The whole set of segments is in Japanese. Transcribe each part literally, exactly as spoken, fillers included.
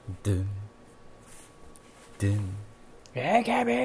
ドゥンドゥンエーケービ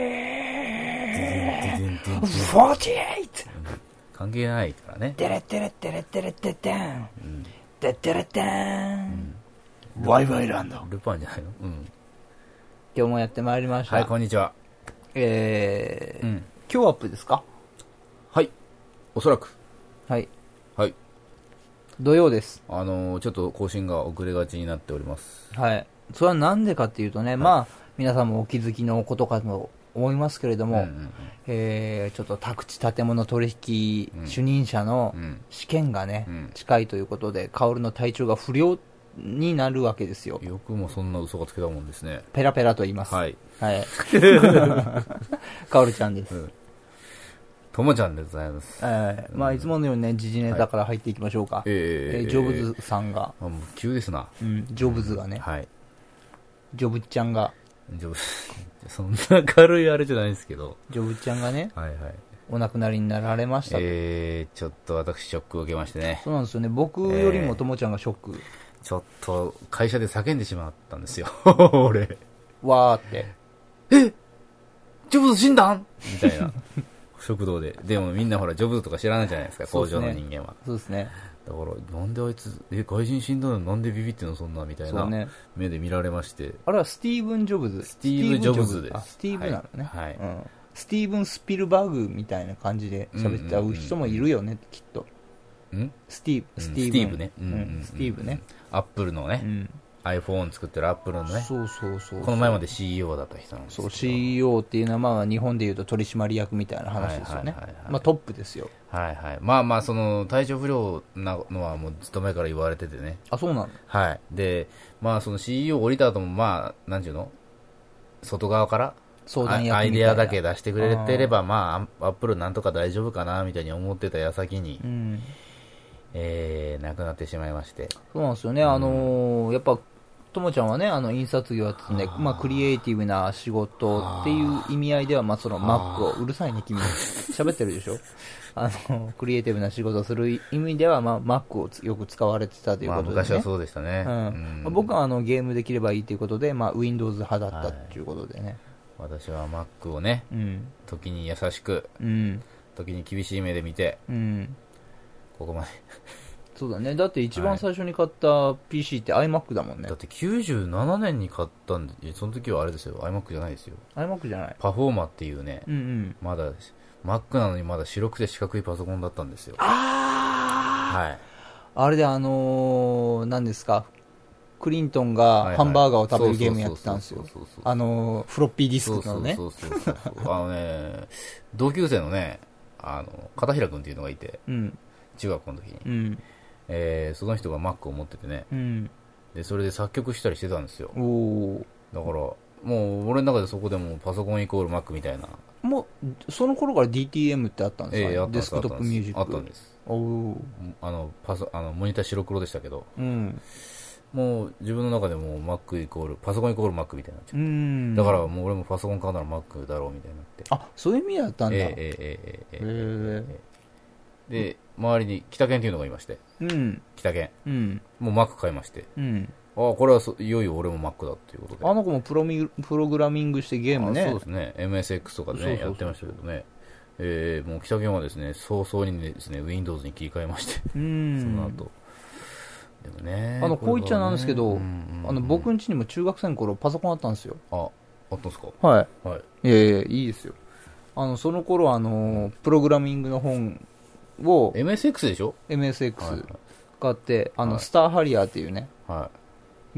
ー フォーティエイト関係ないからね。 テレテレテレテレテテンテテレテンワイワイランド。 ルパンじゃないの。うん。 今日もやってまいりました。 はい、こんにちは。 えー、 うん、 今日アップですか？ はい、おそらく。 はいはい。 土曜です。 あのー、ちょっと更新が遅れがちになっております。 はい。それはなんでかっていうとね、はい、まあ皆さんもお気づきのことかと思いますけれども、うんうんうん、えー、ちょっと宅地建物取引主任者の試験がね、うんうん、近いということで、カオルの体調が不良になるわけですよ。 よくもそんな嘘がつけたもんですね。 ペラペラと言います。 はい。 はい。カオルちゃんです。うんともちゃんでございます。 えー、まあいつものようにね、時事ネタから入っていきましょうか。はい、えー、ジョブズさんが。 あ、もう急ですな。 うん、ジョブズがね。 うん、はい。 ジョブちゃんが。 ジョブ、そんな軽いあれじゃないですけど。 ジョブちゃんがね。 はいはい。 お亡くなりになられました。 えー、ちょっと私ショックを受けましてね。 そうなんですよね。僕よりもともちゃんがショック。えー、 ちょっと会社で叫んでしまったんですよ。俺。 わーって。 えジョブズ死んだんみたいな。食堂で。でもみんなほら、ジョブズとか知らないじゃないですか、工場の人間は。 そうですね。 だから、なんであいつ、え、外人死んだのなんでビビってんのそんなみたいな目で見られまして。 あれはスティーブン・ジョブズ。 スティーブン・ジョブズです。 あ、スティーブなのね。 はい。はい、 うん。スティーブン・スピルバーグみたいな感じで喋っちゃう人もいるよね、きっと。 んスティーブ、 スティーブね。 うん、スティーブね。 アップルのね。うん、iPhone 作ってるアップルのね。 そうそうそう。 この前まで シーイーオー だった人なんですけど。 そう、シーイーオー っていうのはまあ日本でいうと取締役みたいな話ですよね。まあトップですよ。 はいはい。まあまあ、その、体調不良なのはもうずっと前から言われててね。 あ、そうなの？ はい。で、まあその シーイーオー 降りた後もまあ、なんていうの外側から相談役みたいなアイデアだけ出してくれてれば、まあ、アップルなんとか大丈夫かなみたいに思ってた矢先に、うん、えー、亡くなってしまいまして。 そうなんですよね。うん、あのー、やっぱ、ともちゃんはね、あの、印刷業やっててね、まあ、クリエイティブな仕事っていう意味合いでは、まあ、その、Mac を、うるさいね、君。喋ってるでしょ？あの、クリエイティブな仕事をする意味では、まあ、Mac をよく使われてたということで、ね。 まあ、昔はそうでしたね。 うん。うんまあ、僕は、あの、ゲームできればいいということで、まあ、Windows 派だったっていうことでね。 はい、私は Mac をね、うん、時に優しく、うん、時に厳しい目で見て、うん、ここまで。 そうだね。だって一番最初に買った ピーシー って iMac だもんね。 だってきゅうじゅうななねんに買ったんで、その時はあれですよ。iMac じゃないですよ。 iMac じゃない。 パフォーマっていうね、 うんうん、 まだ、Mac なのにまだ白くて四角いパソコンだったんですよ。 あーはい。 あれであのー、何ですか、クリントンがハンバーガーを食べるゲームやってたんですよ。あのー、フロッピーディスクのね。 そうそうそうそう。あのね、同級生のね、あの、片平君っていうのがいて、うん、中学校の時に。うんえー、その人が Mac を持っててね、うん、でそれで作曲したりしてたんですよ。おだからもう俺の中でそこでもパソコンイコール Mac みたいな。 もうその頃から ディーティーエム ってあったんですか、ねえー、 デスクトップミュージックあったんです。おあのパソあのモニター白黒でしたけど、うん、もう自分の中でも Mac イコールパソコンイコール Mac みたいになっちゃう。うんだからもう俺もパソコン買うなら Mac だろうみたいになって。 あ、そういう意味だったんだ。えー、えー、えー、 えー、えー、えーで、周りに北県っていうのがいまして、うん、北県、うん、もう Mac 買いまして、うん、ああこれはいよいよ俺も Mac だっていうことで。 あの子もプロミプログラミングしてゲームね。 そうですね、 エムエスエックス とかでねそうそうそうやってましたけどね、えー、もう北県はですね早々にですね Windows に切り替えまして、うん、その後でもねあのこう言っちゃなんですけど、うんうんうん、あの僕ん家にも中学生の頃パソコンあったんですよ。 あ、あったんですか。 はい、はい、いやいやいいですよ。あのその頃あのプログラミングの本をエムエスエックス でしょ。 エムエスエックス 買って、あの、はい、スターハリアーっていうね、はい、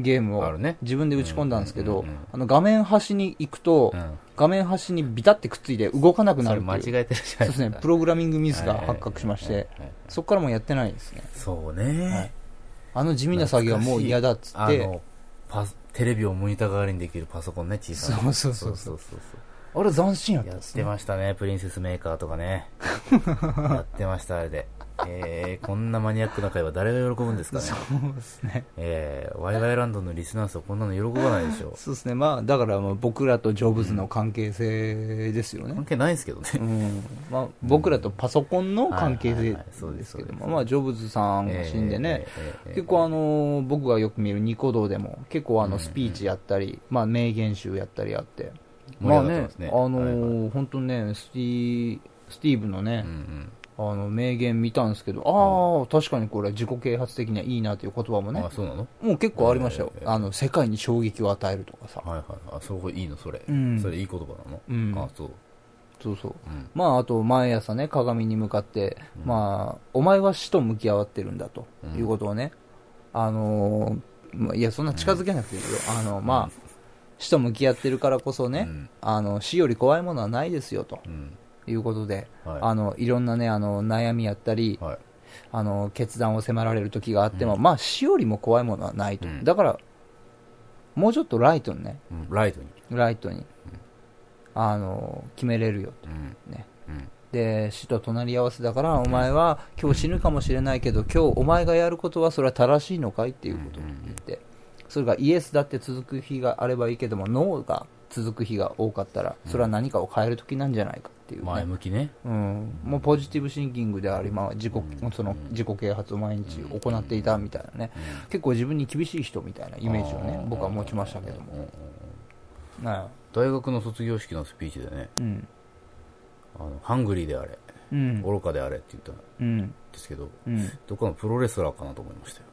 ゲームを自分で打ち込んだんですけど、あの画面端に行くと、うん、画面端にビタってくっついて動かなくなるっていう。 それ間違えてるじゃないですか。 そうですね、プログラミングミスが発覚しまして、そこからもうやってないですね。 そうね、はい、 あの地味な作業はもう嫌だっつって、あのパテレビをモニター代わりにできるパソコンね、小さな。 そうそうそうそうそうあれ斬新やったんですね。 やってましたね、プリンセスメーカーとかね。やってました、あれで。 えー、こんなマニアックな会話誰が喜ぶんですかね。 そうですね。 えー、ワイワイランドのリスナー層こんなの喜ばないでしょ。 そうですね。まあ、だからまあ僕らとジョブズの関係性ですよね。 関係ないですけどね。 うん。まあ、僕らとパソコンの関係性ですけども、まあ、ジョブズさんが死んでね、結構あの、僕がよく見るニコ動でも、結構あの、スピーチやったり、まあ、名言集やったりあって、まあね、あの、本当ね、スティスティーブのね、あの名言見たんですけど、ああ、確かにこれ自己啓発的にはいいなという言葉もね、 あ、そうなの？ もう結構ありましたよ。あの世界に衝撃を与えるとかさ。 はいはい。あ、そういいのそれ。 うん、 それいい言葉なの？ うん、 あ、そう。 そうそう。うん、まああと毎朝ね鏡に向かって、うん、まあお前は死と向き合わってるんだということをね、うん、あのー、いやそんな近づけなくていいよ。うん、あのまあ死と向き合ってるからこそね、うん、あの死より怖いものはないですよと。うん、いうことで、はい、あのいろんなねあの悩みやったり、はい、あの決断を迫られる時があっても、うん、まあ死よりも怖いものはないと、うん、だからもうちょっとライトにね、 うん、ライトにライトに、うん、あの決めれるよと、うん、ね、うん、で死と隣り合わせだから、お前は今日死ぬかもしれないけど、今日お前がやることはそれは正しいのかいっていうことを言って、それがイエスだって続く日があればいいけども、ノーが続く日が多かったら、それは何かを変える時なんじゃないかっていう、ね、 前向きね、 うん、もうポジティブシンキングであり、まあ、自己、うん、その自己啓発を毎日行っていたみたいなね、うん、結構自分に厳しい人みたいなイメージをね僕は持ちましたけども、 大学の卒業式のスピーチでね、うん、あのハングリーであれ、うん、愚かであれって言ったんですけど、うん、どこかのプロレスラーかなと思いましたよ。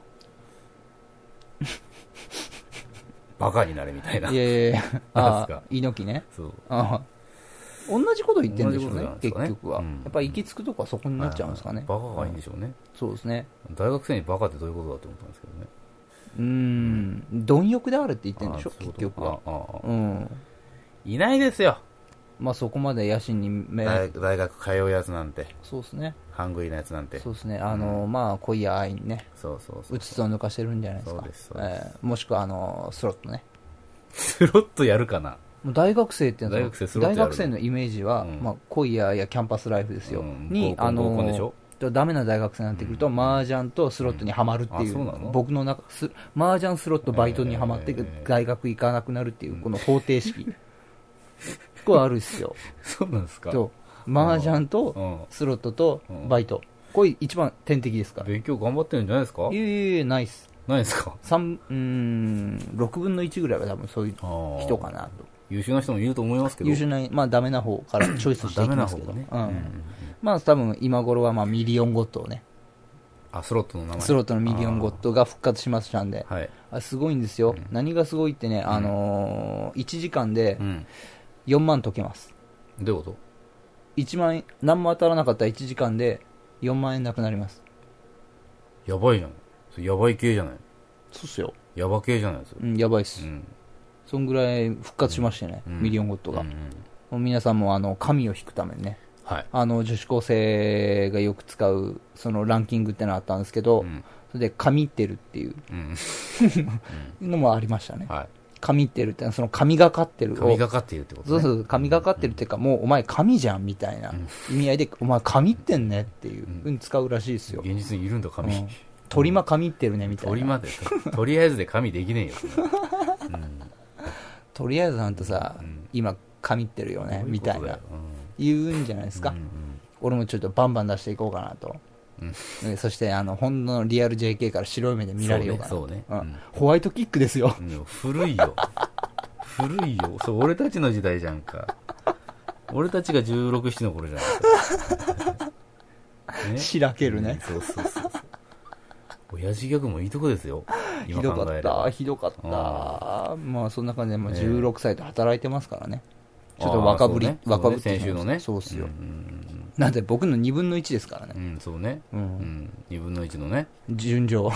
バカになれみたいな。 いやいやいや、ああ、猪木ね。そう。ああ、同じこと言ってるんでしょうね、ね結局は、うん。やっぱり行き着くとこはそこになっちゃうんですかね。 はいはい、バカがいいんでしょうね、うん。 そうですね。 大学生にバカってどういうことだと思ったんですけどね。 うーん、うん、貪欲であるって言ってるんでしょ、結局は。ああうん。いないですよ。 まあそこまで野心に目大大学通うやつなんて。 そうですね。 ハングリーなやつなんて。 そうですね。あの、うん、まあ恋や愛にね。 そうそうそう。 うつつを抜かしてるんじゃないですか。 そうですそうです。 えー、もしくはあのスロットね。 スロットやるかな。 大学生っていうのは大学生スロットやる。 大学生のイメージは、うん、まあ恋や愛やキャンパスライフですよ。うん、にあのダメな大学生になってくると、うん、麻雀とスロットにはまるっていう、うん、僕の中す麻雀スロットバイトにはまって大学行かなくなるっていうこの方程式。これあるっすよ。 そうなんですか。 と麻雀とスロットとバイト、これ一番天敵ですから。 勉強頑張ってるんじゃないですか。 いやいやいや、ないっす。 ないですか。 三うーんろくぶんのいちぐらいは多分そういう人かなと。 優秀な人もいると思いますけど。 優秀な、まあダメな方からチョイスしていきますけどね。うん、まあ多分今頃はまあミリオンゴッドをね。 あ、スロットの名前。 スロットのミリオンゴッドが復活しましたんで、はい、あすごいんですよ、うん。何がすごいってね、あのー、いちじかんでよんまん解けます。 どういうこと？ いちまん円、何も当たらなかったらいちじかんでよんまん円なくなります。 やばいじゃん。それやばい系じゃない。 そうっすよ。 やば系じゃないですか。 うん、やばいっす。うん、そんぐらい復活しましてね、うん、ミリオンゴッドが。うんうん、皆さんもあの紙を引くためにね、はい、あの女子高生がよく使うそのランキングってのがあったんですけど、うん、それで紙ってるっていう、うん、のもありましたね。はい、神ってるってその神がかってる神がかってるってことね。 そうそう、神がかってるっていうか、もうお前神じゃんみたいな意味合いで、お前神ってんねっていうふうに使うらしいですよ。 現実にいるんだ神、うん、 鳥間神ってるねみたいな。 鳥間でとりあえずで神できねえよ、うん、 とりあえずなんてさ、うん、今神ってるよねみたいな、うん、言うんじゃないですか、うんうん、俺もちょっとバンバン出していこうかなと。うん、そしてあの本のリアル ジェーケー から白い目で見られようかな。そうね、そうね、うん、ホワイトキックですよ、 うん、古いよ古いよ。そう俺たちの時代じゃんか。俺たちがじゅうろく、ななの頃じゃないか、 ね、しらけるね、 うん、そうそうそうそう。親父ギャグもいいとこですよ。 今考えればひどかったひどかった。まあそんな感じで、まあ、じゅうろくさいで働いてますからね、えー、ちょっと若ぶり、ね、若ぶり、 先週のね。 そうっすよ、うん、なんで僕のにぶんのいちですからね。 うん、そうね、うんうん、にぶんのいちのね順序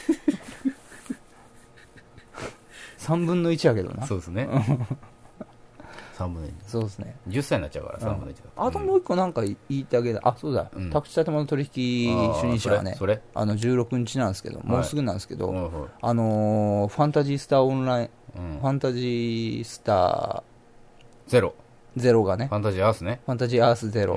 さんぶんのいちやけどな。 そうですねさんぶんのいち。 そうですね。 じゅっさいになっちゃうから、さんぶんのいちだ、 うん、あともう一個なんか言いてあげた。あ、そうだ、うん、宅地建物取引主任者はね、 それあのじゅうろくにちなんですけど、もうすぐなんですけど、はい、あのー、ファンタジースターオンライン、うん、ファンタジースターゼロゼロがね、 ファンタジーアースね、 ファンタジーアースゼロ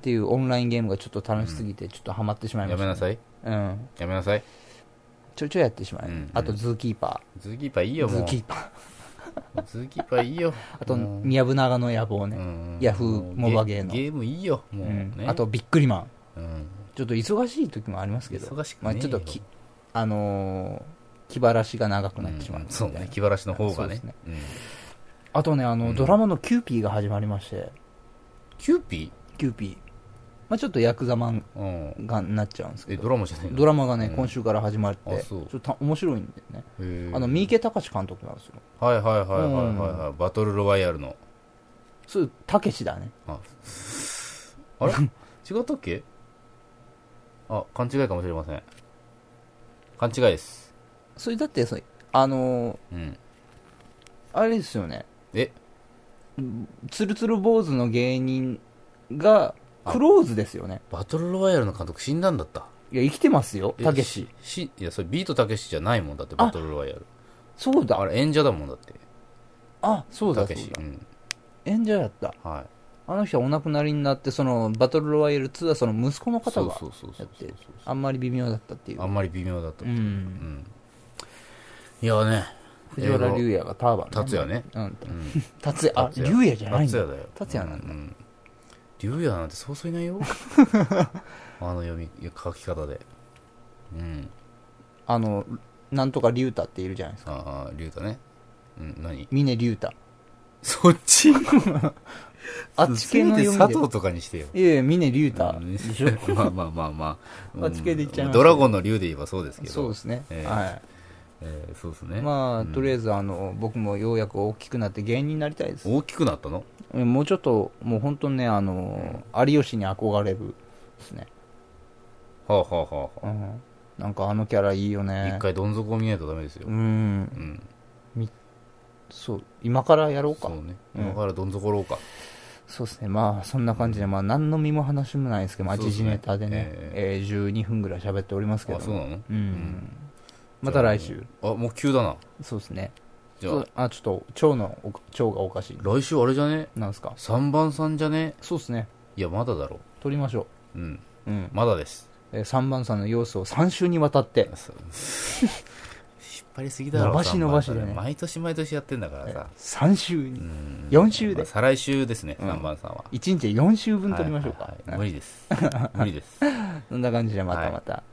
っていうオンラインゲームがちょっと楽しすぎて、ちょっとハマってしまいました、ね、 やめなさい。 うん。 やめなさい。 ちょいちょいやってしまう。うんうん、あと、ズーキーパー。ズーキーパーいいよ、もう。 ズーキーパー。ズーキーパーいいよ。 あと、みやぶながの野望ね。うん、ヤフーモバゲーの。 ゲームいいよ、もう、ねうん。あと、ビックリマン。 うん、 ちょっと忙しい時もありますけど、 忙しくね、 まあ、ちょっとき、あのー、気晴らしが長くなってしまう、 うん、そうね、気晴らしの方がね。ねうん、あとね、あの、うん、ドラマのキューピーが始まりまして。 キューピーキューピー。まあ、ちょっとヤクザマンがなっちゃうんですけど、 えドラマじゃないの？ ドラマがね、うん、今週から始まって、 ちょっとた面白いんでね。あの、三池隆監督なんですよ。 はいはいはいはいはい、はいうん、バトルロワイヤルの。 そう、たけしだね。 あ、あれ違ったっけ？あ、勘違いかもしれません。勘違いです。 それだって、そあのー、うん、あれですよね。 えつるつる坊主の芸人が、クローズですよね。 バトルロワイヤルの監督死んだんだった。 いや、生きてますよ、たけし。 し、いや、それビートたけしじゃないもんだって、バトルロワイヤル。 そうだ。 あれ、演者だもんだって。 あ、そうだ、そうだ。うん、演者やった。はい。あの人はお亡くなりになって、その、バトルロワイヤルツーはその息子の方がやって、あんまり微妙だったっていう。 あんまり微妙だったっていう。うん。うん、いやね。 藤原竜也がターバン、ね。 達也ね。 うん。達也、あ、竜也じゃないんだ。 達也だよ。 達也なんだ。 うん竜也なんてそうそういないよあの読み書き方で、うん、 あのなんとか龍太っているじゃないですか。 ああ龍太ね、うん、何峰龍太。 そっちあっち系の読みで佐藤とかにしてよ。 いやいや峰龍太でしょまあまあまあまああっち系で言っちゃいます、 ドラゴンの龍で言えばそうですけど。 そうですね、えー、はいえー、そうですね。 まあ、うん、とりあえずあの僕もようやく大きくなって芸人になりたいです。 大きくなったの？ もうちょっともう本当にね、あの、うん、有吉に憧れるですね。 はあはあはあ、うん、 なんかあのキャラいいよね。 一回どん底を見ないとダメですよ。うん、うんみそう今からやろうか。 そうね、今からどん底ろうか、うん、 そうですね。まあそんな感じで、まあ何の身も話もないですけど、まあ時事ネタでね、えー、えー、じゅうにふんぐらい喋っておりますけど。 あ、そうなの？うん、うんまた来週。 あ、もう急だな。 そうですね。じゃあ、あ、ちょっと腸の腸がおかしい。 来週あれじゃね？ なんすか？ さんばんさんじゃね？ そうですね。 いやまだだろう。 取りましょう。うんうん。まだです。 えー、さんばんさんの様子をさん週にわたって。 引っ張りすぎだろ。 伸ばし伸ばしでね。 毎年毎年やってんだからさ。 さん週に。よん週で。 まあ、再来週ですね。さんばんさんは。 いちにちよん週分取りましょうか。 はいはいはい、無理です。無理です。 そんな感じでまたまた。はい